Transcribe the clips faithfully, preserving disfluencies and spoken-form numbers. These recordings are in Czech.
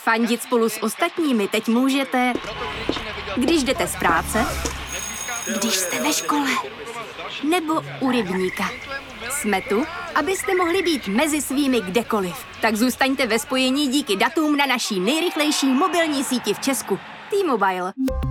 Fandit spolu s ostatními teď můžete, když jdete z práce, když jste ve škole, nebo u rybníka. Jsme tu, abyste mohli být mezi svými kdekoliv. Tak zůstaňte ve spojení díky datům na naší nejrychlejší mobilní síti v Česku. T-Mobile.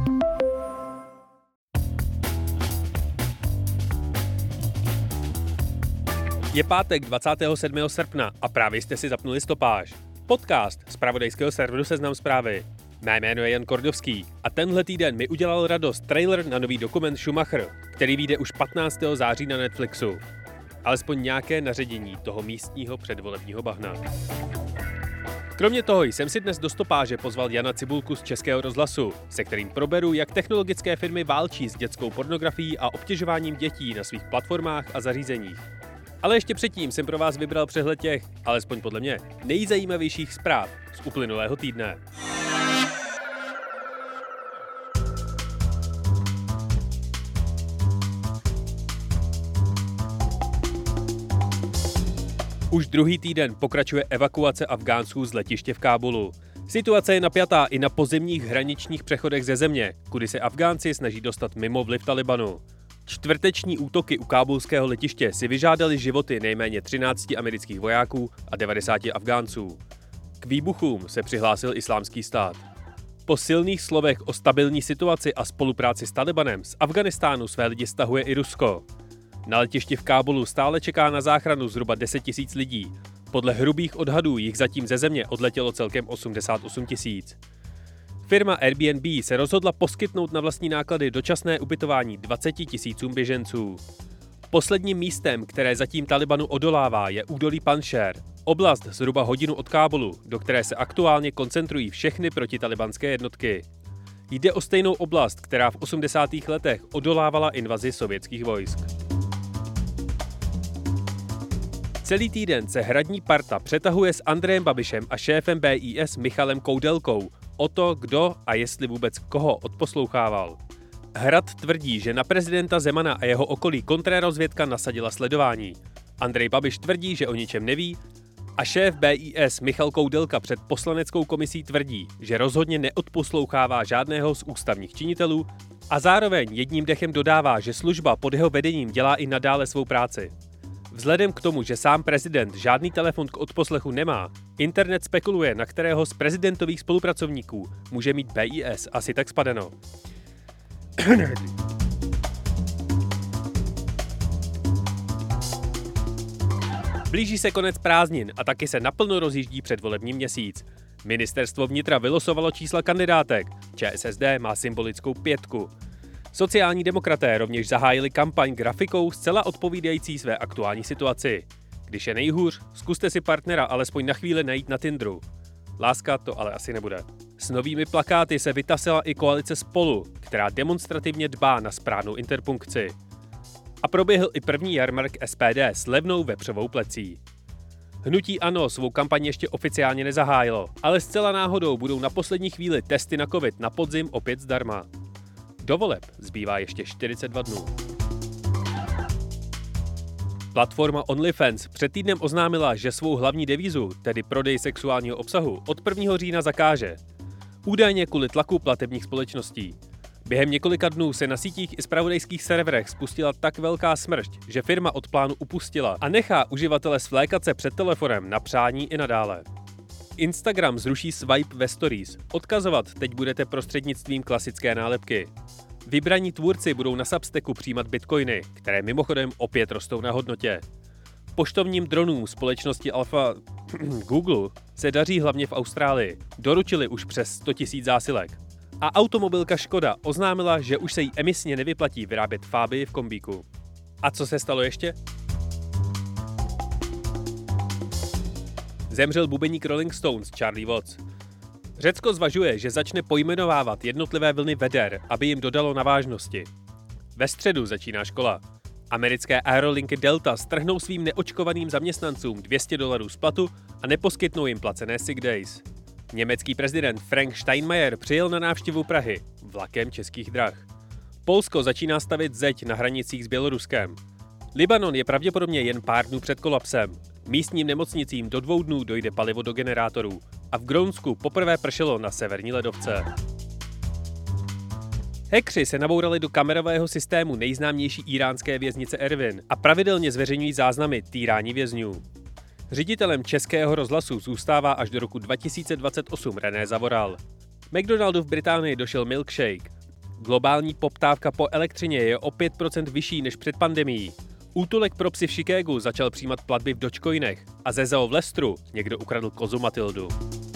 Je pátek dvacátého sedmého srpna a právě jste si zapnuli Stopáž. Podcast z zpravodajského serveru Seznam Zprávy. Mé jméno je Jan Kordovský a tenhle týden mi udělal radost trailer na nový dokument Schumacher, který vyjde už patnáctého září na Netflixu. Alespoň nějaké naředění toho místního předvolebního bahna. Kromě toho jsem si dnes do Stopáže pozval Jana Cibulku z Českého rozhlasu, se kterým proberu, jak technologické firmy válčí s dětskou pornografií a obtěžováním dětí na svých platformách a zařízeních. Ale ještě předtím jsem pro vás vybral přehled těch, alespoň podle mě, nejzajímavějších zpráv z uplynulého týdne. Už druhý týden pokračuje evakuace Afgánců z letiště v Kábulu. Situace je napjatá i na pozemních hraničních přechodech ze země, kudy se Afgánci snaží dostat mimo vliv Talibanu. Čtvrteční útoky u kábulského letiště si vyžádaly životy nejméně třinácti amerických vojáků a devadesáti Afgánců. K výbuchům se přihlásil Islámský stát. Po silných slovech o stabilní situaci a spolupráci s Talibanem z Afghánistánu své lidi stahuje i Rusko. Na letišti v Kábulu stále čeká na záchranu zhruba deset tisíc lidí. Podle hrubých odhadů jich zatím ze země odletělo celkem osmdesát osm tisíc. Firma Airbnb se rozhodla poskytnout na vlastní náklady dočasné ubytování dvaceti tisícům běženců. Posledním místem, které zatím Talibanu odolává, je údolí Panšér, oblast zhruba hodinu od Kábulu, do které se aktuálně koncentrují všechny protitalibanské jednotky. Jde o stejnou oblast, která v osmdesátých letech odolávala invazi sovětských vojsk. Celý týden se hradní parta přetahuje s Andrejem Babišem a šéfem B I S Michalem Koudelkou o to, kdo a jestli vůbec koho odposlouchával. Hrad tvrdí, že na prezidenta Zemana a jeho okolí kontrarozvědka nasadila sledování. Andrej Babiš tvrdí, že o ničem neví a šéf B I S Michal Koudelka před poslaneckou komisí tvrdí, že rozhodně neodposlouchává žádného z ústavních činitelů a zároveň jedním dechem dodává, že služba pod jeho vedením dělá i nadále svou práci. Vzhledem k tomu, že sám prezident žádný telefon k odposlechu nemá, internet spekuluje, na kterého z prezidentových spolupracovníků může mít B I S asi tak spadeno. Blíží se konec prázdnin a taky se naplno rozjíždí předvolební měsíc. Ministerstvo vnitra vylosovalo čísla kandidátek. Č S S D má symbolickou pětku. Sociální demokraté rovněž zahájili kampaň grafikou zcela odpovídající své aktuální situaci. Když je nejhůř, zkuste si partnera alespoň na chvíli najít na Tinderu. Láska to ale asi nebude. S novými plakáty se vytasila i koalice Spolu, která demonstrativně dbá na správnou interpunkci. A proběhl i první jarmark S P D s levnou vepřovou plecí. Hnutí ANO svou kampaň ještě oficiálně nezahájilo, ale zcela náhodou budou na poslední chvíli testy na covid na podzim opět zdarma. Do voleb zbývá ještě čtyřicet dva dnů. Platforma OnlyFans před týdnem oznámila, že svou hlavní devízu, tedy prodej sexuálního obsahu, od prvního října zakáže. Údajně kvůli tlaku platebních společností. Během několika dnů se na sítích i zpravodajských serverech spustila tak velká smršť, že firma od plánu upustila a nechá uživatele svlékat se před telefonem na přání i nadále. Instagram zruší swipe ve stories. Odkazovat teď budete prostřednictvím klasické nálepky. Vybraní tvůrci budou na Substacku přijímat bitcoiny, které mimochodem opět rostou na hodnotě. Poštovním dronům společnosti Alpha Google se daří hlavně v Austrálii. Doručili už přes sto tisíc zásilek. A automobilka Škoda oznámila, že už se jí emisně nevyplatí vyrábět fábii v kombíku. A co se stalo ještě? Zemřel bubeník Rolling Stones Charlie Watts. Řecko zvažuje, že začne pojmenovávat jednotlivé vlny veder, aby jim dodalo na vážnosti. Ve středu začíná škola. Americké aerolinky Delta strhnou svým neočkovaným zaměstnancům dvě stě dolarů z platu a neposkytnou jim placené sick days. Německý prezident Frank Steinmeier přijel na návštěvu Prahy vlakem Českých drah. Polsko začíná stavět zeď na hranicích s Běloruskem. Libanon je pravděpodobně jen pár dnů před kolapsem. Místním nemocnicím do dvou dnů dojde palivo do generátorů a v Grónsku poprvé pršelo na severní ledovce. Hackři se nabourali do kamerového systému nejznámější íránské věznice Ervin a pravidelně zveřejňují záznamy týrání vězňů. Ředitelem Českého rozhlasu zůstává až do roku dva tisíce dvacet osm René Zavoral. McDonaldu v Británii došel milkshake. Globální poptávka po elektřině je o pět procent vyšší než před pandemií. Útulek pro psy v Chicagu začal přijímat platby v Dogecoinech a ze zoo v Leicesteru někdo ukradl kozu Matildu.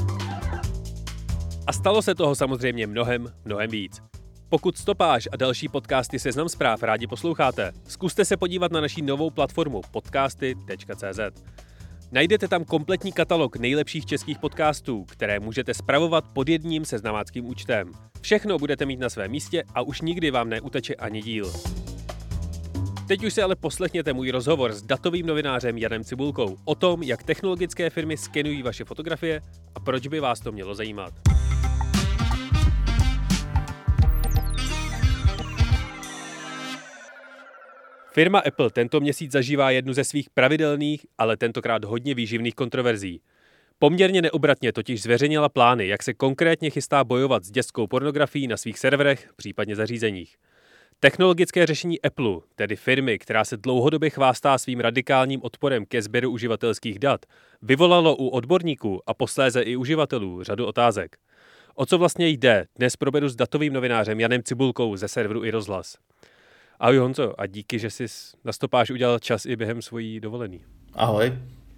A stalo se toho samozřejmě mnohem, mnohem víc. Pokud Stopáž a další podcasty Seznam zpráv rádi posloucháte, zkuste se podívat na naši novou platformu podcasty tečka cé zet. Najdete tam kompletní katalog nejlepších českých podcastů, které můžete spravovat pod jedním seznamáckým účtem. Všechno budete mít na svém místě a už nikdy vám neuteče ani díl. Teď už si ale poslechněte můj rozhovor s datovým novinářem Janem Cibulkou o tom, jak technologické firmy skenují vaše fotografie a proč by vás to mělo zajímat. Firma Apple tento měsíc zažívá jednu ze svých pravidelných, ale tentokrát hodně výživných kontroverzí. Poměrně neobratně totiž zveřejnila plány, jak se konkrétně chystá bojovat s dětskou pornografií na svých serverech, případně zařízeních. Technologické řešení Apple, tedy firmy, která se dlouhodobě chvástá svým radikálním odporem ke sběru uživatelských dat, vyvolalo u odborníků a posléze i uživatelů řadu otázek. O co vlastně jde, dnes proberu s datovým novinářem Janem Cibulkou ze serveru iRozhlas. Ahoj Honzo, a díky, že jsi na Stopáž udělal čas i během svojí dovolený. Ahoj.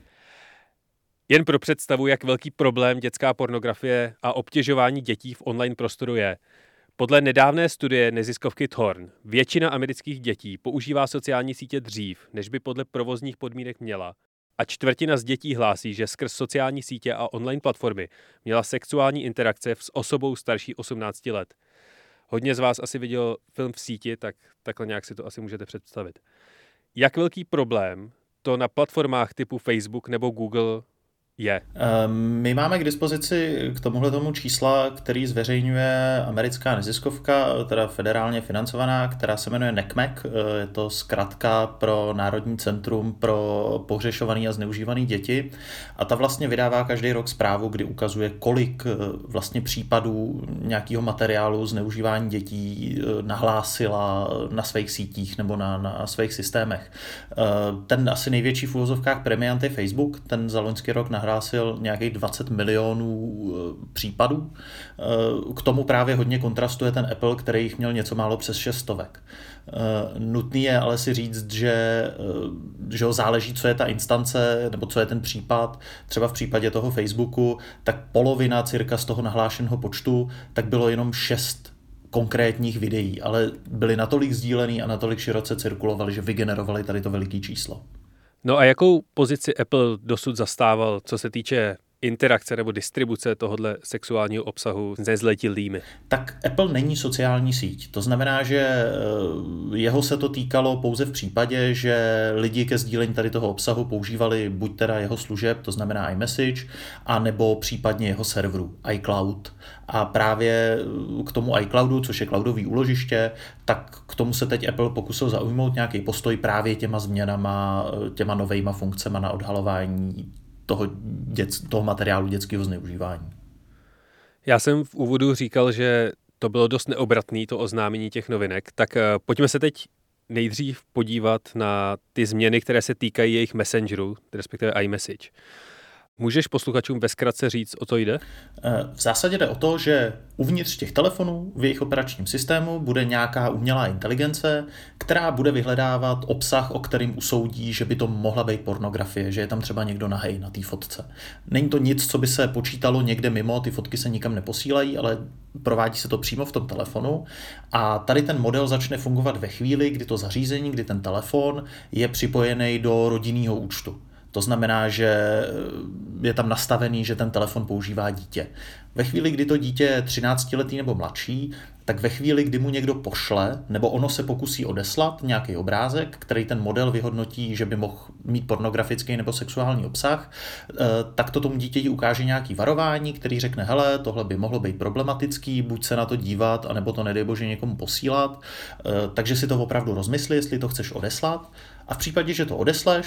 Jen pro představu, jak velký problém dětská pornografie a obtěžování dětí v online prostoru je. Podle nedávné studie neziskovky Thorn většina amerických dětí používá sociální sítě dřív, než by podle provozních podmínek měla. A čtvrtina z dětí hlásí, že skrz sociální sítě a online platformy měla sexuální interakce s osobou starší osmnácti let. Hodně z vás asi viděl film v síti, tak takhle nějak si to asi můžete představit. Jak velký problém to na platformách typu Facebook nebo Google je? My máme k dispozici k tomuhle tomu čísla, který zveřejňuje americká neziskovka, teda federálně financovaná, která se jmenuje N C M E C. Je to zkratka pro Národní centrum pro pohřešované a zneužívané děti. A ta vlastně vydává každý rok zprávu, kdy ukazuje, kolik vlastně případů nějakého materiálu zneužívání dětí nahlásila na svých sítích nebo na, na svých systémech. Ten asi největší v uvozovkách premiant je Facebook, ten za loňský rok nahlásil nějakých dvacet milionů případů. K tomu právě hodně kontrastuje ten Apple, který jich měl něco málo přes šest stovek. Nutný je ale si říct, že, že záleží, co je ta instance, nebo co je ten případ. Třeba v případě toho Facebooku, tak polovina cirka z toho nahlášeného počtu, tak bylo jenom šest konkrétních videí, ale byly natolik sdílený a natolik široce cirkulovali, že vygenerovali tady to veliké číslo. No a jakou pozici Apple dosud zastával, co se týče interakce nebo distribuce tohohle sexuálního obsahu s nezletilými? Tak Apple není sociální síť. To znamená, že jeho se to týkalo pouze v případě, že lidi ke sdílení tady toho obsahu používali buď teda jeho služeb, to znamená iMessage, a nebo případně jeho serveru iCloud. A právě k tomu iCloudu, což je cloudový úložiště, tak k tomu se teď Apple pokusil zaujmout nějaký postoj právě těma změnama, těma novejma funkcema na odhalování toho, děc, toho materiálu dětského zneužívání. Já jsem v úvodu říkal, že to bylo dost neobratný, to oznámení těch novinek, tak pojďme se teď nejdřív podívat na ty změny, které se týkají jejich messengeru, respektive iMessage. Můžeš posluchačům ve zkratce říct, o co jde? V zásadě jde o to, že uvnitř těch telefonů v jejich operačním systému bude nějaká umělá inteligence, která bude vyhledávat obsah, o kterým usoudí, že by to mohla být pornografie, že je tam třeba někdo nahej na té fotce. Není to nic, co by se počítalo někde mimo, ty fotky se nikam neposílají, ale provádí se to přímo v tom telefonu a tady ten model začne fungovat ve chvíli, kdy to zařízení, kdy ten telefon je připojený do rodinného účtu. To znamená, že je tam nastavený, že ten telefon používá dítě. Ve chvíli, kdy to dítě je třináctiletý nebo mladší, tak ve chvíli, kdy mu někdo pošle, nebo ono se pokusí odeslat nějaký obrázek, který ten model vyhodnotí, že by mohl mít pornografický nebo sexuální obsah, tak to tomu dítěti ukáže nějaký varování, který řekne, hele, tohle by mohlo být problematický, buď se na to dívat, anebo to nedej bože někomu posílat. Takže si to opravdu rozmysli, jestli to chceš odeslat. A v případě, že to odesleš,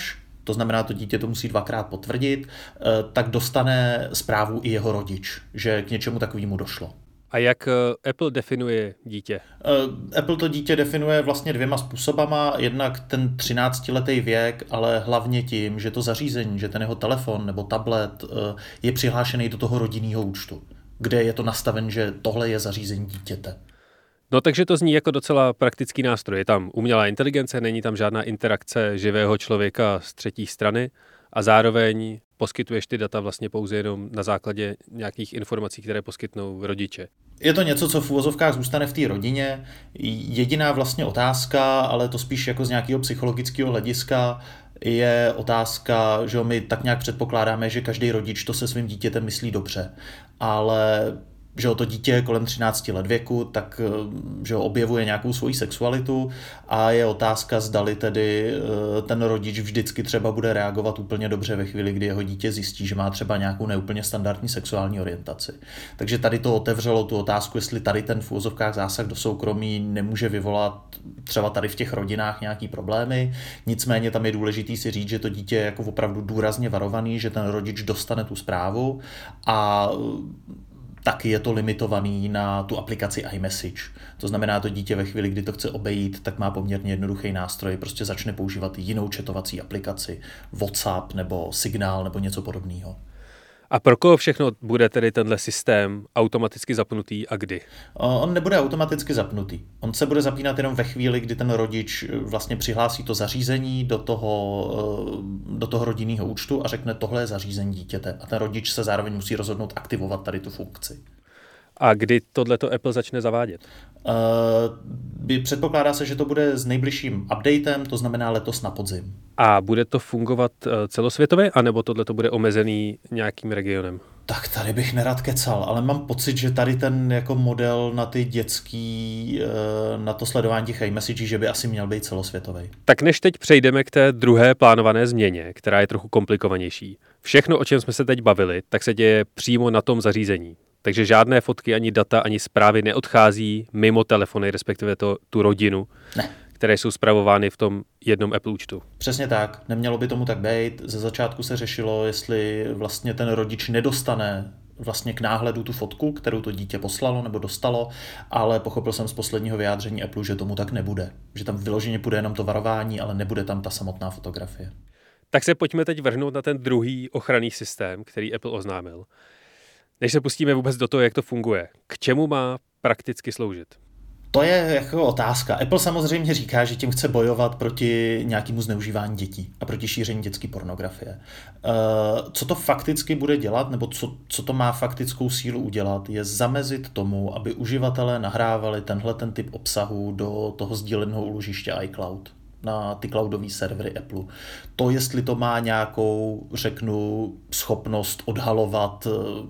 to znamená, to dítě to musí dvakrát potvrdit, tak dostane zprávu i jeho rodič, že k něčemu takovému došlo. A jak Apple definuje dítě? Apple to dítě definuje vlastně dvěma způsobama. Jednak ten třináctiletý věk, ale hlavně tím, že to zařízení, že ten jeho telefon nebo tablet je přihlášený do toho rodinného účtu, kde je to nastaven, že tohle je zařízení dítěte. No takže to zní jako docela praktický nástroj. Je tam umělá inteligence, není tam žádná interakce živého člověka z třetí strany a zároveň poskytuješ ty data vlastně pouze jenom na základě nějakých informací, které poskytnou rodiče. Je to něco, co v uvozovkách zůstane v té rodině. Jediná vlastně otázka, ale to spíš jako z nějakého psychologického hlediska, je otázka, že my tak nějak předpokládáme, že každý rodič to se svým dítětem myslí dobře, ale že to dítě kolem třinácti let věku, tak že objevuje nějakou svoji sexualitu a je otázka, zdali tedy ten rodič vždycky třeba bude reagovat úplně dobře ve chvíli, kdy jeho dítě zjistí, že má třeba nějakou neúplně standardní sexuální orientaci. Takže tady to otevřelo tu otázku, jestli tady ten v úvozovkách zásah do soukromí nemůže vyvolat třeba tady v těch rodinách nějaký problémy. Nicméně tam je důležitý si říct, že to dítě je jako opravdu důrazně varovaný, že ten rodič dostane tu zprávu a taky je to limitovaný na tu aplikaci iMessage. To znamená, to dítě ve chvíli, kdy to chce obejít, tak má poměrně jednoduchý nástroj, prostě začne používat jinou chatovací aplikaci, WhatsApp nebo Signál nebo něco podobného. A pro koho všechno bude tedy tenhle systém automaticky zapnutý a kdy? On nebude automaticky zapnutý. On se bude zapínat jenom ve chvíli, kdy ten rodič vlastně přihlásí to zařízení do toho, do toho rodinného účtu a řekne, tohle je zařízení dítěte. A ten rodič se zároveň musí rozhodnout aktivovat tady tu funkci. A kdy tohleto Apple začne zavádět? Uh, předpokládá se, že to bude s nejbližším updatem, to znamená letos na podzim. A bude to fungovat celosvětově, anebo tohleto bude omezený nějakým regionem? Tak tady bych nerad kecal, ale mám pocit, že tady ten jako model na ty dětský, na to sledování těch iMessagí, že by asi měl být celosvětový. Tak než teď přejdeme k té druhé plánované změně, která je trochu komplikovanější. Všechno, o čem jsme se teď bavili, tak se děje přímo na tom zařízení. Takže žádné fotky, ani data, ani zprávy neodchází mimo telefony, respektive to, tu rodinu, ne. které jsou spravovány v tom jednom Apple účtu. Přesně tak, nemělo by tomu tak být. Ze začátku se řešilo, jestli vlastně ten rodič nedostane vlastně k náhledu tu fotku, kterou to dítě poslalo nebo dostalo, ale pochopil jsem z posledního vyjádření Apple, že tomu tak nebude. Že tam vyloženě půjde jenom to varování, ale nebude tam ta samotná fotografie. Tak se pojďme teď vrhnout na ten druhý ochranný systém, který Apple oznámil. Než se pustíme vůbec do toho, jak to funguje, k čemu má prakticky sloužit? To je jako otázka. Apple samozřejmě říká, že tím chce bojovat proti nějakému zneužívání dětí a proti šíření dětské pornografie. Co to fakticky bude dělat, nebo co, co to má faktickou sílu udělat, je zamezit tomu, aby uživatelé nahrávali tenhle ten typ obsahu do toho sdíleného úložiště iCloud, na ty cloudové servery Apple. To, jestli to má nějakou, řeknu, schopnost odhalovat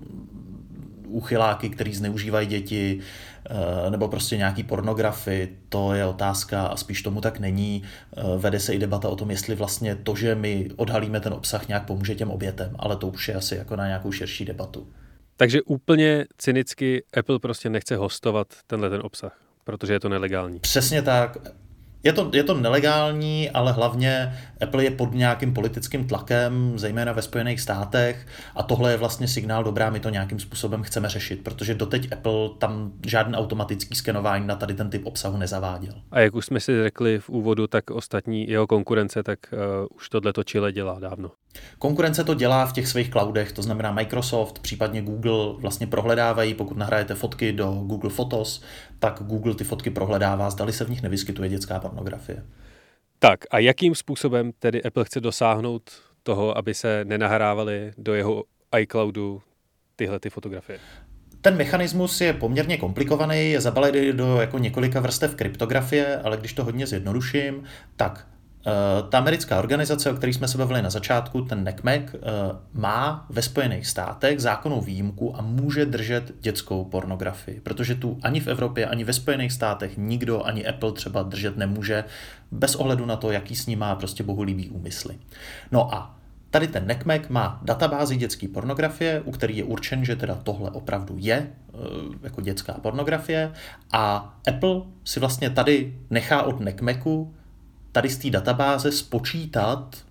úchyláky, který zneužívají děti, nebo prostě nějaký pornografii, to je otázka a spíš tomu tak není. Vede se i debata o tom, jestli vlastně to, že my odhalíme ten obsah, nějak pomůže těm obětem, ale to už je asi jako na nějakou širší debatu. Takže úplně cynicky Apple prostě nechce hostovat tenhle ten obsah, protože je to nelegální. Přesně tak. Je to, je to nelegální, ale hlavně Apple je pod nějakým politickým tlakem, zejména ve Spojených státech, a tohle je vlastně signál, dobrá, my to nějakým způsobem chceme řešit, protože doteď Apple tam žádný automatický skenování na tady ten typ obsahu nezaváděl. A jak už jsme si řekli v úvodu, tak ostatní jeho konkurence, tak uh, už tohleto Chile dělá dávno. Konkurence to dělá v těch svých cloudech, to znamená Microsoft, případně Google vlastně prohledávají, pokud nahrajete fotky do Google Photos, tak Google ty fotky prohledává, zdali se v nich nevyskytuje dětská pornografie. Tak a jakým způsobem tedy Apple chce dosáhnout toho, aby se nenahrávaly do jeho iCloudu tyhle ty fotografie? Ten mechanismus je poměrně komplikovaný, je zabalený do jako několika vrstev kryptografie, ale když to hodně zjednoduším, tak ta americká organizace, o které jsme se bavili na začátku, ten N C M E C, má ve Spojených státech zákonnou výjimku a může držet dětskou pornografii, protože tu ani v Evropě, ani ve Spojených státech nikdo, ani Apple třeba držet nemůže, bez ohledu na to, jaký s ním má prostě bohulibý úmysly. No a tady ten N C M E C má databázi dětské pornografie, u který je určen, že teda tohle opravdu je jako dětská pornografie, a Apple si vlastně tady nechá od N C M E C u tady z té databáze spočítat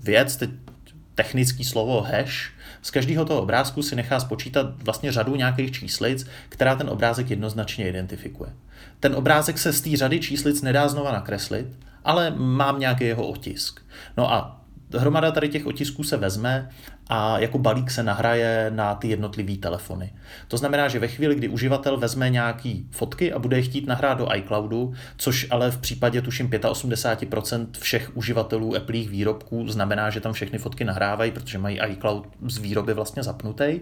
věc, teď technický slovo hash, z každého toho obrázku si nechá spočítat vlastně řadu nějakých číslic, která ten obrázek jednoznačně identifikuje. Ten obrázek se z té řady číslic nedá znova nakreslit, ale mám nějaký jeho otisk. No a hromada tady těch otisků se vezme a jako balík se nahraje na ty jednotlivý telefony. To znamená, že ve chvíli, kdy uživatel vezme nějaký fotky a bude je chtít nahrát do iCloudu, což ale v případě tuším osmdesát pět procent všech uživatelů Appleích výrobků znamená, že tam všechny fotky nahrávají, protože mají iCloud z výroby vlastně zapnutý,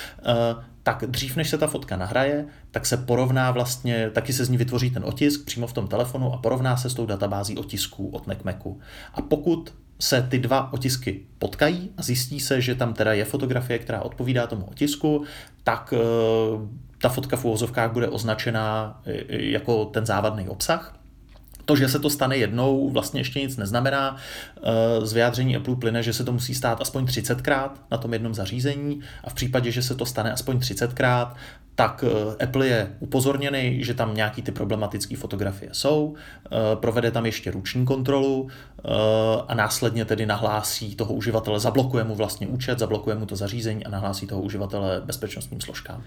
tak dřív, než se ta fotka nahraje, tak se porovná vlastně, taky se z ní vytvoří ten otisk přímo v tom telefonu a porovná se s tou databází otisků od NECMECu. A pokud se ty dva otisky potkají a zjistí se, že tam teda je fotografie, která odpovídá tomu otisku, tak e, ta fotka v uvozovkách bude označená jako ten závadný obsah. To, že se to stane jednou, vlastně ještě nic neznamená. Z vyjádření Apple plyne, že se to musí stát aspoň třicetkrát na tom jednom zařízení a v případě, že se to stane aspoň třicetkrát, tak Apple je upozorněný, že tam nějaký ty problematické fotografie jsou, provede tam ještě ruční kontrolu a následně tedy nahlásí toho uživatele, zablokuje mu vlastně účet, zablokuje mu to zařízení a nahlásí toho uživatele bezpečnostním složkám.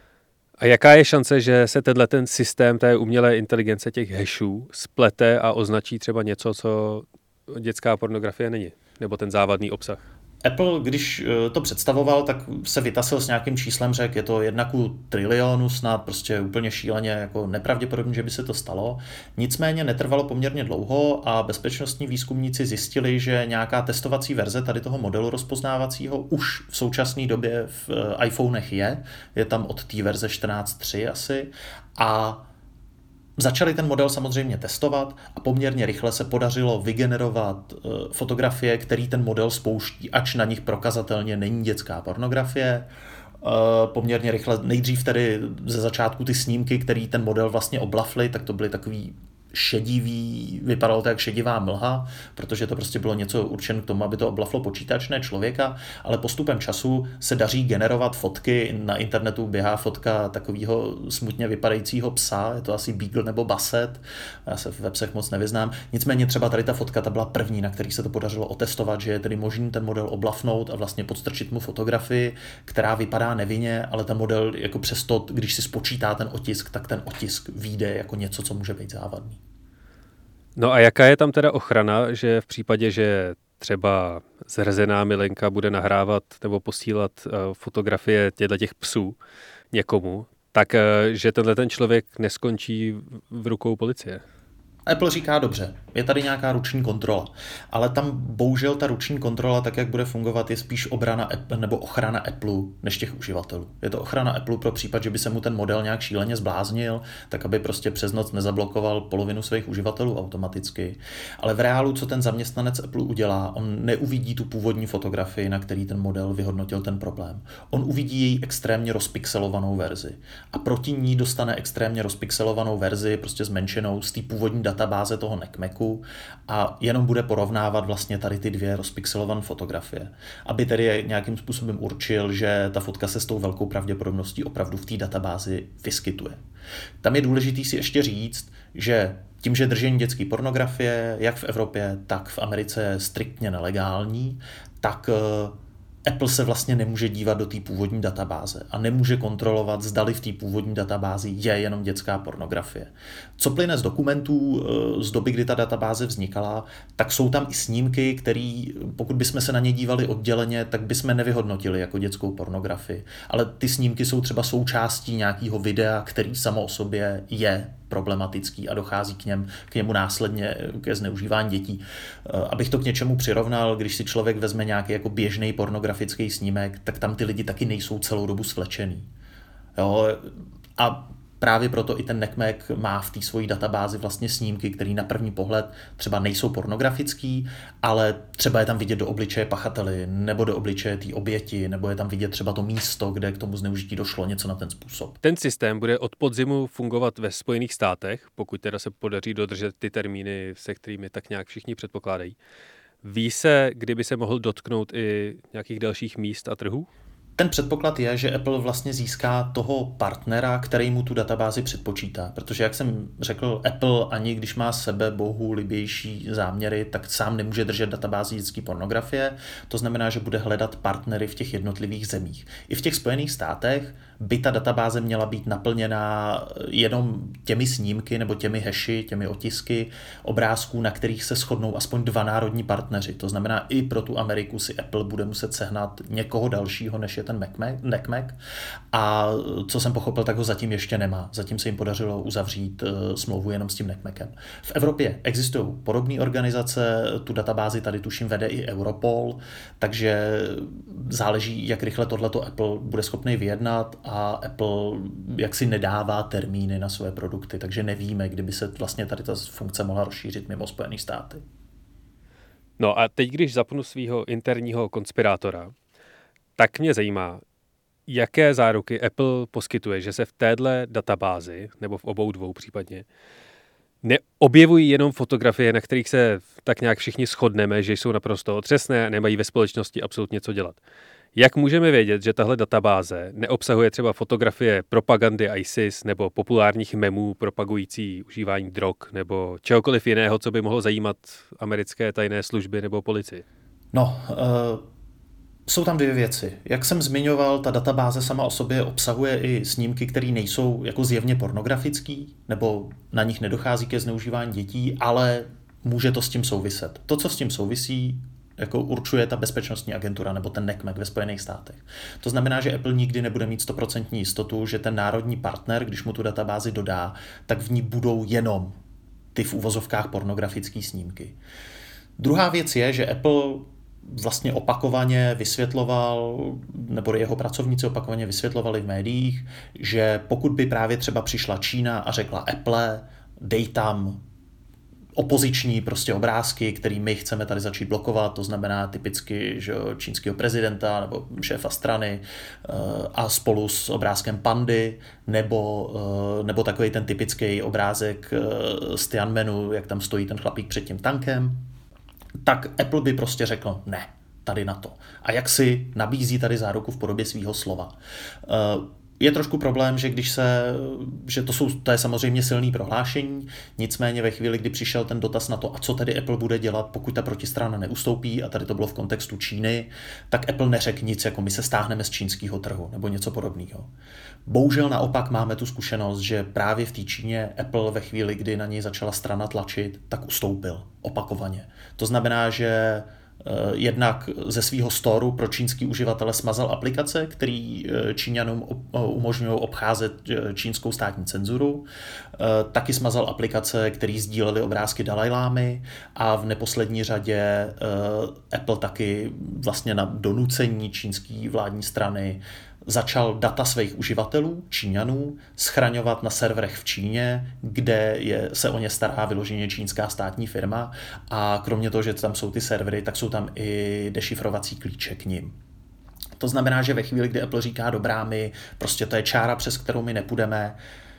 A jaká je šance, že se tenhle ten systém té umělé inteligence těch hashů splete a označí třeba něco, co dětská pornografie není? Nebo ten závadný obsah? Apple, když to představoval, tak se vytasil s nějakým číslem, řekl, je to jedna ku trilionu, snad prostě úplně šíleně jako nepravděpodobně, že by se to stalo. Nicméně netrvalo poměrně dlouho a bezpečnostní výzkumníci zjistili, že nějaká testovací verze tady toho modelu rozpoznávacího už v současné době v iPhonech je. Je tam od té verze čtrnáct tečka tři asi a začali ten model samozřejmě testovat a poměrně rychle se podařilo vygenerovat fotografie, který ten model spouští, ač na nich prokazatelně není dětská pornografie. Poměrně rychle, nejdřív tedy ze začátku ty snímky, který ten model vlastně oblafly, tak to byly takový šedivý, vypadalo to jak šedivá mlha, protože to prostě bylo něco určené k tomu, aby to oblaflo počítač, ne člověka, ale postupem času se daří generovat fotky. Na internetu běhá fotka takového smutně vypadajícího psa, je to asi Beagle nebo Basset, já se v websech moc nevyznám. Nicméně třeba tady ta fotka, ta byla první, na který se to podařilo otestovat, že je tedy možný ten model oblafnout a vlastně podstrčit mu fotografii, která vypadá nevinně, ale ten model jako přesto, když si spočítá ten otisk, tak ten otisk vyjde jako něco, co může být závadný. No a jaká je tam teda ochrana, že v případě, že třeba zhrzená milenka bude nahrávat nebo posílat fotografie těchto těch psů někomu, tak že tenhle ten člověk neskončí v rukou policie? Apple říká dobře, je tady nějaká ruční kontrola, ale tam bohužel ta ruční kontrola, tak jak bude fungovat, je spíš obrana Apple, nebo ochrana Apple než těch uživatelů. Je to ochrana Apple pro případ, že by se mu ten model nějak šíleně zbláznil, tak aby prostě přes noc nezablokoval polovinu svých uživatelů automaticky. Ale v reálu, co ten zaměstnanec Apple udělá, on neuvidí tu původní fotografii, na který ten model vyhodnotil ten problém. On uvidí její extrémně rozpixelovanou verzi a proti ní dostane extrémně rozpixelovanou verzi, prostě zmenšenou z té původní databáze toho NECMECu a jenom bude porovnávat vlastně tady ty dvě rozpixelované fotografie, aby tedy nějakým způsobem určil, že ta fotka se s tou velkou pravděpodobností opravdu v té databázi vyskytuje. Tam je důležitý si ještě říct, že tím, že držení dětské pornografie, jak v Evropě, tak v Americe je striktně nelegální, tak Apple se vlastně nemůže dívat do té původní databáze a nemůže kontrolovat, zdali v té původní databázi je jenom dětská pornografie. Co plyne z dokumentů z doby, kdy ta databáze vznikala, tak jsou tam i snímky, které, pokud bychom se na ně dívali odděleně, tak bychom nevyhodnotili jako dětskou pornografii. Ale ty snímky jsou třeba součástí nějakého videa, který samo o sobě je problematický a dochází k, něm, k němu následně ke zneužívání dětí. Abych to k něčemu přirovnal, když si člověk vezme nějaký jako běžný pornografický snímek, tak tam ty lidi taky nejsou celou dobu svlečený. Jo? A právě proto i ten NECMEC má v té svojí databázi vlastně snímky, které na první pohled třeba nejsou pornografický, ale třeba je tam vidět do obličeje pachateli, nebo do obličeje té oběti, nebo je tam vidět třeba to místo, kde k tomu zneužití došlo, něco na ten způsob. Ten systém bude od podzimu fungovat ve Spojených státech, pokud teda se podaří dodržet ty termíny, se kterými tak nějak všichni předpokládají. Ví se, kdyby se mohl dotknout i nějakých dalších míst a trhů? Ten předpoklad je, že Apple vlastně získá toho partnera, který mu tu databázi předpočítá. Protože, jak jsem řekl, Apple ani když má sebe bohu libější záměry, tak sám nemůže držet databázi dětské pornografie. To znamená, že bude hledat partnery v těch jednotlivých zemích. I v těch Spojených státech by ta databáze měla být naplněná jenom těmi snímky nebo těmi hashi, těmi otisky obrázků, na kterých se shodnou aspoň dva národní partneři. To znamená, i pro tu Ameriku si Apple bude muset sehnat někoho dalšího, než je ten NECMEC. A co jsem pochopil, tak ho zatím ještě nemá. Zatím se jim podařilo uzavřít smlouvu jenom s tím NECMECem. V Evropě existují podobné organizace, tu databázi tady tuším vede i Europol, takže záleží, jak rychle tohleto Apple bude schopný vyjednat, a Apple jaksi nedává termíny na své produkty, takže nevíme, kdyby se vlastně tady ta funkce mohla rozšířit mimo Spojené státy. No a teď, když zapnu svého interního konspirátora, tak mě zajímá, jaké záruky Apple poskytuje, že se v téhle databázi, nebo v obou dvou případně, neobjevují jenom fotografie, na kterých se tak nějak všichni shodneme, že jsou naprosto otřesné a nemají ve společnosti absolutně co dělat. Jak můžeme vědět, že tahle databáze neobsahuje třeba fotografie propagandy ISIS nebo populárních memů propagující užívání drog nebo čehokoliv jiného, co by mohlo zajímat americké tajné služby nebo policii? No, uh... jsou tam dvě věci. Jak jsem zmiňoval, ta databáze sama o sobě obsahuje i snímky, které nejsou jako zjevně pornografický, nebo na nich nedochází ke zneužívání dětí, ale může to s tím souviset. To, co s tím souvisí, jako určuje ta bezpečnostní agentura nebo ten NECMEC ve Spojených státech. To znamená, že Apple nikdy nebude mít sto procent jistotu, že ten národní partner, když mu tu databázi dodá, tak v ní budou jenom ty v uvozovkách pornografické snímky. Druhá věc je, že Apple vlastně opakovaně vysvětloval, nebo jeho pracovníci opakovaně vysvětlovali v médiích, že pokud by právě třeba přišla Čína a řekla Apple, dej tam opoziční prostě obrázky, který my chceme tady začít blokovat, to znamená typicky že čínského prezidenta nebo šéfa strany a spolu s obrázkem pandy, nebo, nebo takový ten typický obrázek z Tianmenu, jak tam stojí ten chlapík před tím tankem, tak Apple by prostě řekl ne, tady na to. A jak si nabízí tady záruku v podobě svýho slova. Je trošku problém, že když se, že to, jsou, to je samozřejmě silný prohlášení, nicméně ve chvíli, kdy přišel ten dotaz na to, a co tedy Apple bude dělat, pokud ta protistrana neustoupí, a tady to bylo v kontextu Číny, tak Apple neřekl nic, jako my se stáhneme z čínského trhu, nebo něco podobného. Bohužel naopak máme tu zkušenost, že právě v té Číně Apple ve chvíli, kdy na něj začala strana tlačit, tak ustoupil opakovaně. To znamená, že jednak ze svého storu pro čínský uživatele smazal aplikace, který Číňanům umožňují obcházet čínskou státní cenzuru. Taky smazal aplikace, které sdílely obrázky Dalajlámy, a v neposlední řadě Apple taky vlastně na donucení čínské vládní strany začal data svých uživatelů, Číňanů, schraňovat na serverech v Číně, kde je, se o ně stará vyloženě čínská státní firma, a kromě toho, že tam jsou ty servery, tak jsou tam i dešifrovací klíče k nim. To znamená, že ve chvíli, kdy Apple říká dobrá, my prostě to je čára, přes kterou my nepůjdeme,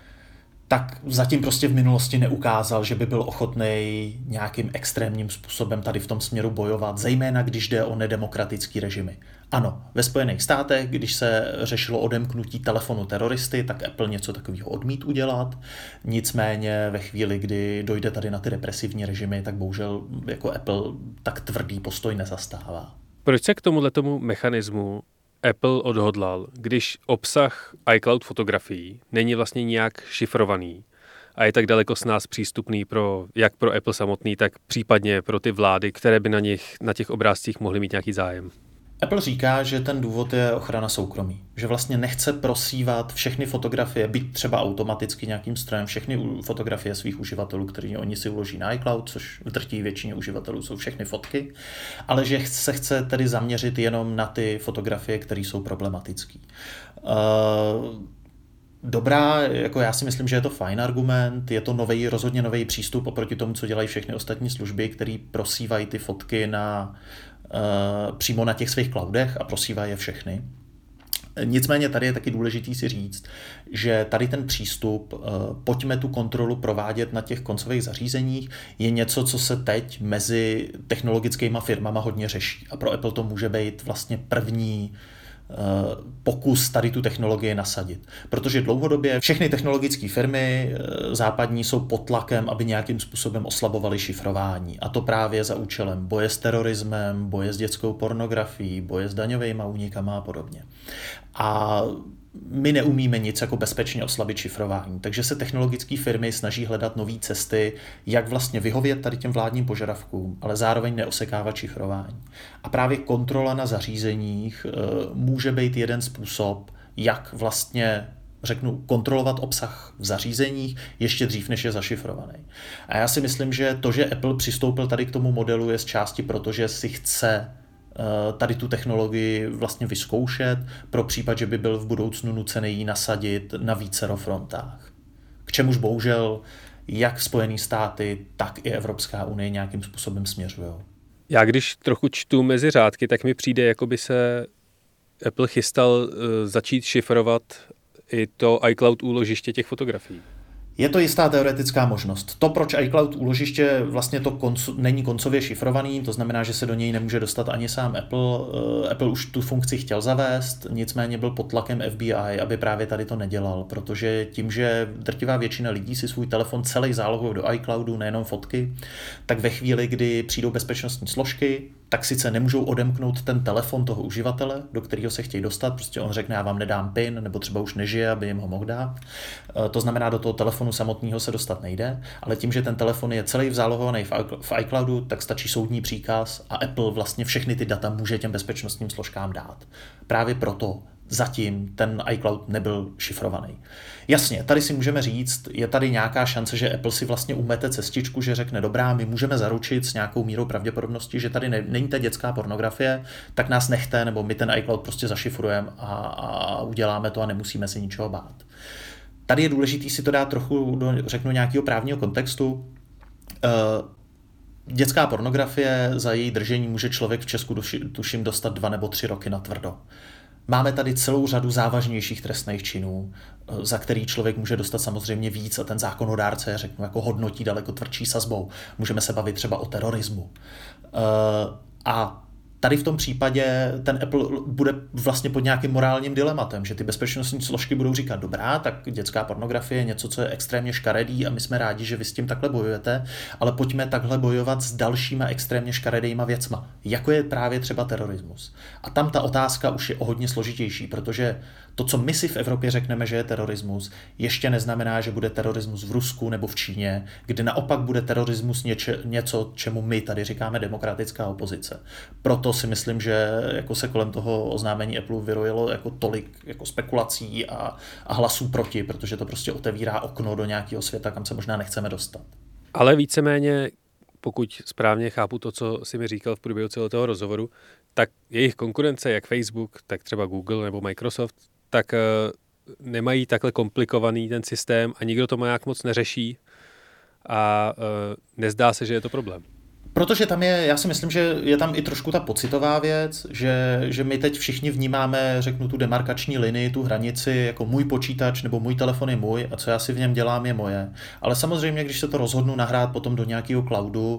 tak zatím prostě v minulosti neukázal, že by byl ochotný nějakým extrémním způsobem tady v tom směru bojovat, zejména když jde o nedemokratický režimy. Ano, ve Spojených státech, když se řešilo odemknutí telefonu teroristy, tak Apple něco takového odmít udělat. Nicméně ve chvíli, kdy dojde tady na ty represivní režimy, tak bohužel jako Apple tak tvrdý postoj nezastává. Proč se k tomuhletomu mechanismu Apple odhodlal, když obsah iCloud fotografií není vlastně nějak šifrovaný a je tak daleko s nás přístupný pro, jak pro Apple samotný, tak případně pro ty vlády, které by na nich, na těch obrázcích mohly mít nějaký zájem? Apple říká, že ten důvod je ochrana soukromí. Že vlastně nechce prosívat všechny fotografie, byť třeba automaticky nějakým strojem, všechny fotografie svých uživatelů, které oni si uloží na iCloud, což v drtivé většině uživatelů jsou všechny fotky, ale že se chce tedy zaměřit jenom na ty fotografie, které jsou problematické. Uh, Dobrá, jako já si myslím, že je to fajn argument, je to novej, rozhodně nový přístup oproti tomu, co dělají všechny ostatní služby, které prosívají ty fotky na, uh, přímo na těch svých cloudech a prosívají je všechny. Nicméně tady je taky důležitý si říct, že tady ten přístup, uh, pojďme tu kontrolu provádět na těch koncových zařízeních, je něco, co se teď mezi technologickými firmama hodně řeší. A pro Apple to může být vlastně první pokus tady tu technologii nasadit. Protože dlouhodobě všechny technologické firmy západní jsou pod tlakem, aby nějakým způsobem oslabovaly šifrování. A to právě za účelem boje s terorismem, boje s dětskou pornografií, boje s daňovejma únikama a podobně. A my neumíme nic jako bezpečně oslabit šifrování, takže se technologické firmy snaží hledat nové cesty, jak vlastně vyhovět tady těm vládním požadavkům, ale zároveň neosekávat šifrování. A právě kontrola na zařízeních může být jeden způsob, jak vlastně řeknu, kontrolovat obsah v zařízeních ještě dřív, než je zašifrovaný. A já si myslím, že to, že Apple přistoupil tady k tomu modelu, je z části proto, že si chce tady tu technologii vlastně vyzkoušet pro případ, že by byl v budoucnu nucený ji nasadit na vícero frontách. K čemuž bohužel jak Spojené státy, tak i Evropská unie nějakým způsobem směřují. Já když trochu čtu mezi řádky, tak mi přijde, jako by se Apple chystal začít šifrovat i to iCloud úložiště těch fotografií. Je to jistá teoretická možnost. To, proč iCloud úložiště vlastně to koncu, není koncově šifrovaný, to znamená, že se do něj nemůže dostat ani sám Apple. Apple už tu funkci chtěl zavést, nicméně byl pod tlakem F B I, aby právě tady to nedělal, protože tím, že drtivá většina lidí si svůj telefon celý zálohuje do iCloudu, nejenom fotky, tak ve chvíli, kdy přijdou bezpečnostní složky, tak sice nemůžou odemknout ten telefon toho uživatele, do kterého se chtějí dostat, prostě on řekne, já vám nedám PIN, nebo třeba už nežije, aby jim ho mohl dát. To znamená, do toho telefonu samotného se dostat nejde, ale tím, že ten telefon je celý zálohovaný v iCloudu, tak stačí soudní příkaz a Apple vlastně všechny ty data může těm bezpečnostním složkám dát. Právě proto zatím ten iCloud nebyl šifrovaný. Jasně, tady si můžeme říct, je tady nějaká šance, že Apple si vlastně umete cestičku, že řekne, dobrá, my můžeme zaručit s nějakou mírou pravděpodobnosti, že tady ne, není ta dětská pornografie, tak nás nechte, nebo my ten iCloud prostě zašifrujeme a, a uděláme to a nemusíme se ničeho bát. Tady je důležité si to dát trochu do, řeknu, nějakého právního kontextu. Dětská pornografie, za její držení může člověk v Česku tuším dostat dva nebo tři roky na tvrdo. Máme tady celou řadu závažnějších trestných činů, za který člověk může dostat samozřejmě víc a ten zákonodárce, řeknu, jako hodnotí daleko tvrdší sazbou. Můžeme se bavit třeba o terorismu. A tady v tom případě ten Apple bude vlastně pod nějakým morálním dilematem, že ty bezpečnostní složky budou říkat, dobrá, tak dětská pornografie je něco, co je extrémně škaredý a my jsme rádi, že vy s tím takhle bojujete, ale pojďme takhle bojovat s dalšíma extrémně škaredýma věcma, jako je právě třeba terorismus. A tam ta otázka už je o hodně složitější, protože to, co my si v Evropě řekneme, že je terorismus, ještě neznamená, že bude terorismus v Rusku nebo v Číně, kde naopak bude terorismus něče, něco, čemu my tady říkáme demokratická opozice. Proto si myslím, že jako se kolem toho oznámení Apple vyrojilo jako tolik jako spekulací a, a hlasů proti, protože to prostě otevírá okno do nějakého světa, kam se možná nechceme dostat. Ale víceméně, pokud správně chápu to, co jsi mi říkal v průběhu celého toho rozhovoru, tak jejich konkurence, jak Facebook, tak třeba Google nebo Microsoft, tak uh, nemají takhle komplikovaný ten systém a nikdo to nějak moc neřeší a uh, nezdá se, že je to problém. Protože tam je, já si myslím, že je tam i trošku ta pocitová věc, že, že my teď všichni vnímáme, řeknu, tu demarkační linii, tu hranici, jako můj počítač nebo můj telefon je můj a co já si v něm dělám je moje. Ale samozřejmě, když se to rozhodnu nahrát potom do nějakého cloudu,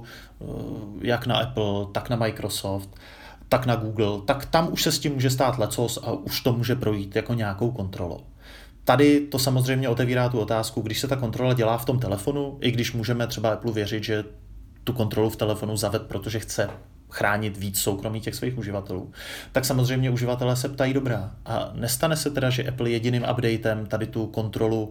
jak na Apple, tak na Microsoft, tak na Google, tak tam už se s tím může stát lecos a už to může projít jako nějakou kontrolou. Tady to samozřejmě otevírá tu otázku, když se ta kontrola dělá v tom telefonu, i když můžeme třeba Apple věřit, že tu kontrolu v telefonu zaved, protože chce chránit víc soukromí těch svých uživatelů, tak samozřejmě uživatelé se ptají, dobrá. A nestane se teda, že Apple jediným updatem tady tu kontrolu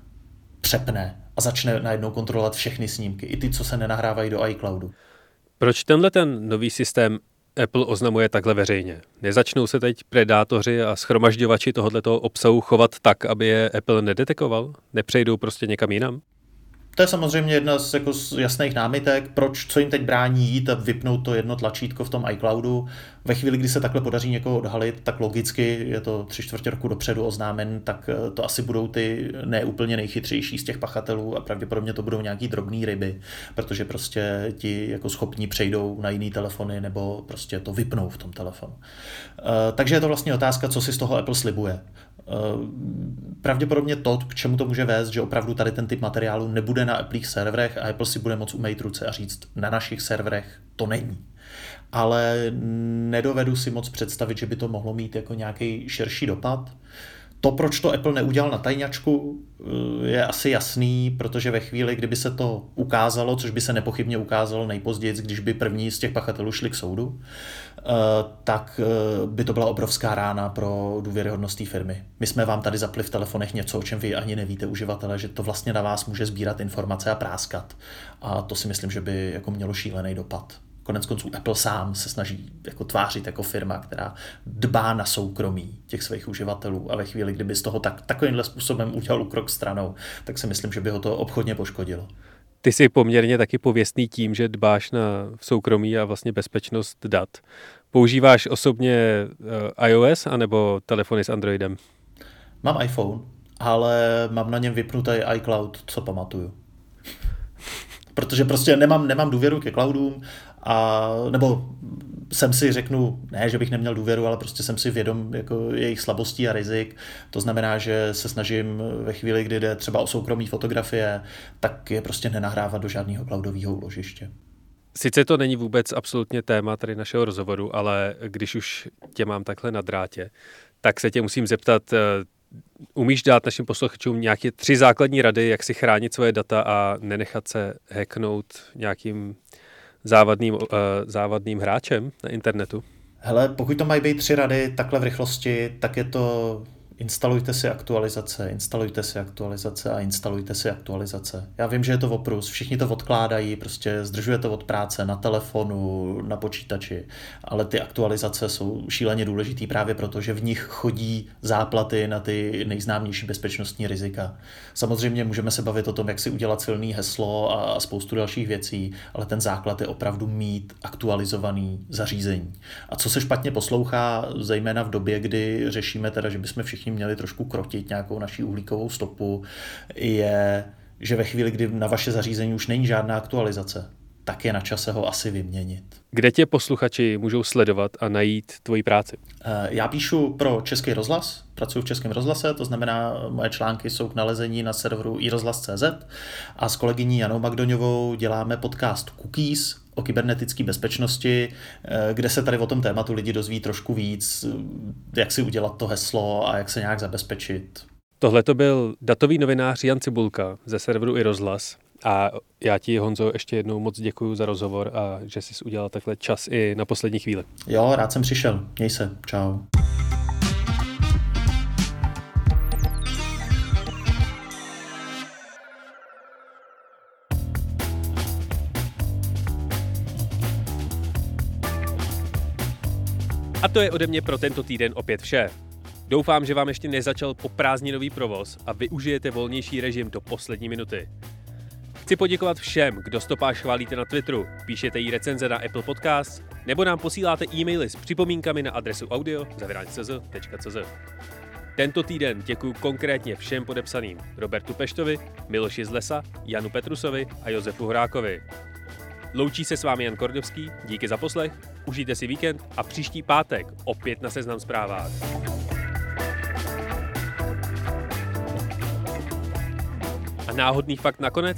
přepne a začne najednou kontrolovat všechny snímky, i ty, co se nenahrávají do iCloudu. Proč tenhle ten nový systém Apple oznamuje takhle veřejně? Nezačnou se teď predátoři a shromažďovači tohoto obsahu chovat tak, aby je Apple nedetekoval? Nepřejdou prostě někam jinam? To je samozřejmě jedna z jako jasných námitek, proč, co jim teď brání jít a vypnout to jedno tlačítko v tom iCloudu. Ve chvíli, kdy se takhle podaří někoho odhalit, tak logicky, je to tři čtvrtě roku dopředu oznámen, tak to asi budou ty neúplně nejchytřejší z těch pachatelů a pravděpodobně to budou nějaký drobný ryby, protože prostě ti jako schopní přejdou na jiný telefony nebo prostě to vypnou v tom telefonu. Takže je to vlastně otázka, co si z toho Apple slibuje. Pravděpodobně to, k čemu to může vést, že opravdu tady ten typ materiálu nebude na Appleích serverech a Apple si bude moct umýt ruce a říct, na našich serverech to není. ale nedovedu si moc představit, že by to mohlo mít jako nějaký širší dopad. To, proč to Apple neudělal na tajňačku, je asi jasný, protože ve chvíli, kdyby se to ukázalo, což by se nepochybně ukázalo nejpozději, když by první z těch pachatelů šli k soudu, tak by to byla obrovská rána pro důvěryhodnost té firmy. My jsme vám tady zapli v telefonech něco, o čem vy ani nevíte, uživatelé, že to vlastně na vás může sbírat informace a práskat. A to si myslím, že by jako mělo šílený dopad. Konec konců Apple sám se snaží jako tvářit jako firma, která dbá na soukromí těch svých uživatelů a ve chvíli, kdyby z toho tak, takovýmhle způsobem udělal krok stranou, tak si myslím, že by ho to obchodně poškodilo. Ty jsi poměrně taky pověstný tím, že dbáš na soukromí a vlastně bezpečnost dat. Používáš osobně iOS anebo telefony s Androidem? Mám iPhone, ale mám na něm vypnutý iCloud, co pamatuju. Protože prostě nemám, nemám důvěru ke cloudům, a, nebo jsem si řeknu, ne, že bych neměl důvěru, ale prostě jsem si vědom jako jejich slabostí a rizik. To znamená, že se snažím ve chvíli, kdy jde třeba o soukromí fotografie, tak je prostě nenahrávat do žádného cloudového úložiště. Sice to není vůbec absolutně téma tady našeho rozhovoru, ale když už tě mám takhle na drátě, tak se tě musím zeptat, umíš dát našim posluchačům nějaké tři základní rady, jak si chránit svoje data a nenechat se hacknout nějakým závadným, uh, závadným hráčem na internetu? Hele, pokud to mají být tři rady takhle v rychlosti, tak je to instalujte si aktualizace, instalujte si aktualizace a instalujte si aktualizace. Já vím, že je to oprus, všichni to odkládají, prostě zdržuje to od práce na telefonu, na počítači, ale ty aktualizace jsou šíleně důležitý právě proto, že v nich chodí záplaty na ty nejznámější bezpečnostní rizika. Samozřejmě můžeme se bavit o tom, jak si udělat silný heslo a spoustu dalších věcí, ale ten základ je opravdu mít aktualizovaný zařízení. A co se špatně poslouchá, zejména v době, kdy řešíme teda, že bychom všichni měli trošku krotit nějakou naší uhlíkovou stopu, je, že ve chvíli, kdy na vaše zařízení už není žádná aktualizace, tak je na čase ho asi vyměnit. Kde tě posluchači můžou sledovat a najít tvoji práci? Já píšu pro Český rozhlas, pracuji v Českém rozhlase, to znamená, moje články jsou k nalezení na serveru i rozhlas tečka cé zet a s kolegyní Janou Magdoňovou děláme podcast Cookies o kybernetické bezpečnosti, kde se tady o tom tématu lidi dozví trošku víc, jak si udělat to heslo a jak se nějak zabezpečit. Tohle to byl datový novinář Jan Cibulka ze serveru i rozhlas. A já ti, Honzo, ještě jednou moc děkuju za rozhovor a že jsi udělal takhle čas i na poslední chvíli. Jo, rád jsem přišel. Měj se. Čau. A to je ode mě pro tento týden opět vše. Doufám, že vám ještě nezačal poprázdninový provoz a využijete volnější režim do poslední minuty. Chci poděkovat všem, kdo stopáž chválíte na Twitteru, píšete jí recenze na Apple Podcast, nebo nám posíláte e-maily s připomínkami na adresu audio zavináč c z tečka c z. Tento týden děkuju konkrétně všem podepsaným: Robertu Peštovi, Miloši z Lesa, Janu Petrusovi a Josefu Horákovi. Loučí se s vámi Jan Kordovský, díky za poslech, užijte si víkend a příští pátek opět na Seznam Zprávách. A náhodný fakt nakonec?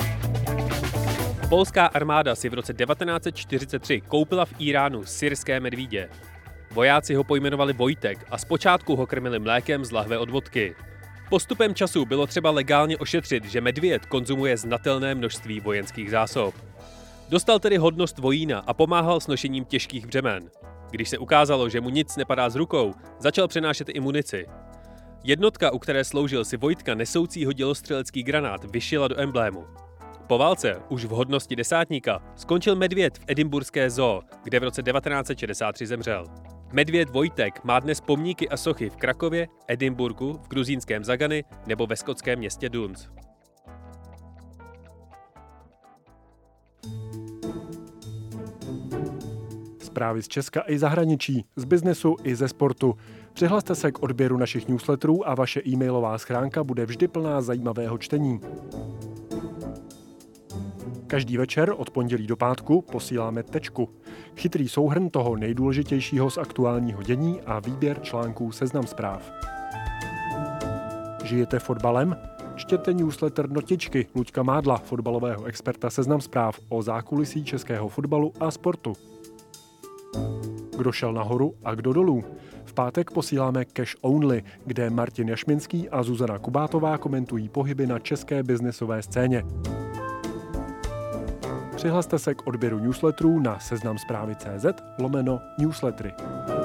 Polská armáda si v roce devatenáct set čtyřicet tři koupila v Íránu syrské medvídě. Vojáci ho pojmenovali Vojtek a zpočátku ho krmili mlékem z lahve od vodky. Postupem času bylo třeba legálně ošetřit, že medvěd konzumuje znatelné množství vojenských zásob. Dostal tedy hodnost vojína a pomáhal s nošením těžkých břemen. Když se ukázalo, že mu nic nepadá z rukou, začal přenášet i munici. Jednotka, u které sloužil, si Vojtka nesoucího dělostřelecký granát vyšila do emblému. Po válce, už v hodnosti desátníka, skončil medvěd v edinburské zoo, kde v roce devatenáct set šedesát tři zemřel. Medvěd Vojtek má dnes pomníky a sochy v Krakově, Edinburgu, v gruzínském Zagany nebo ve skotském městě Duns. Zprávy z Česka i zahraničí, z biznesu i ze sportu. Přihlaste se k odběru našich newsletterů a vaše e-mailová schránka bude vždy plná zajímavého čtení. Každý večer od pondělí do pátku posíláme Tečku. Chytrý souhrn toho nejdůležitějšího z aktuálního dění a výběr článků Seznam Zpráv. Žijete fotbalem? Čtěte newsletter Notičky Luďka Mádla, fotbalového experta Seznam Zpráv o zákulisí českého fotbalu a sportu. kdo šel nahoru a kdo dolů. V pátek posíláme Cash Only, kde Martin Jašminský a Zuzana Kubátová komentují pohyby na české biznesové scéně. Přihlaste se k odběru newsletterů na seznamzpravy tečka cé zet lomeno newslettery.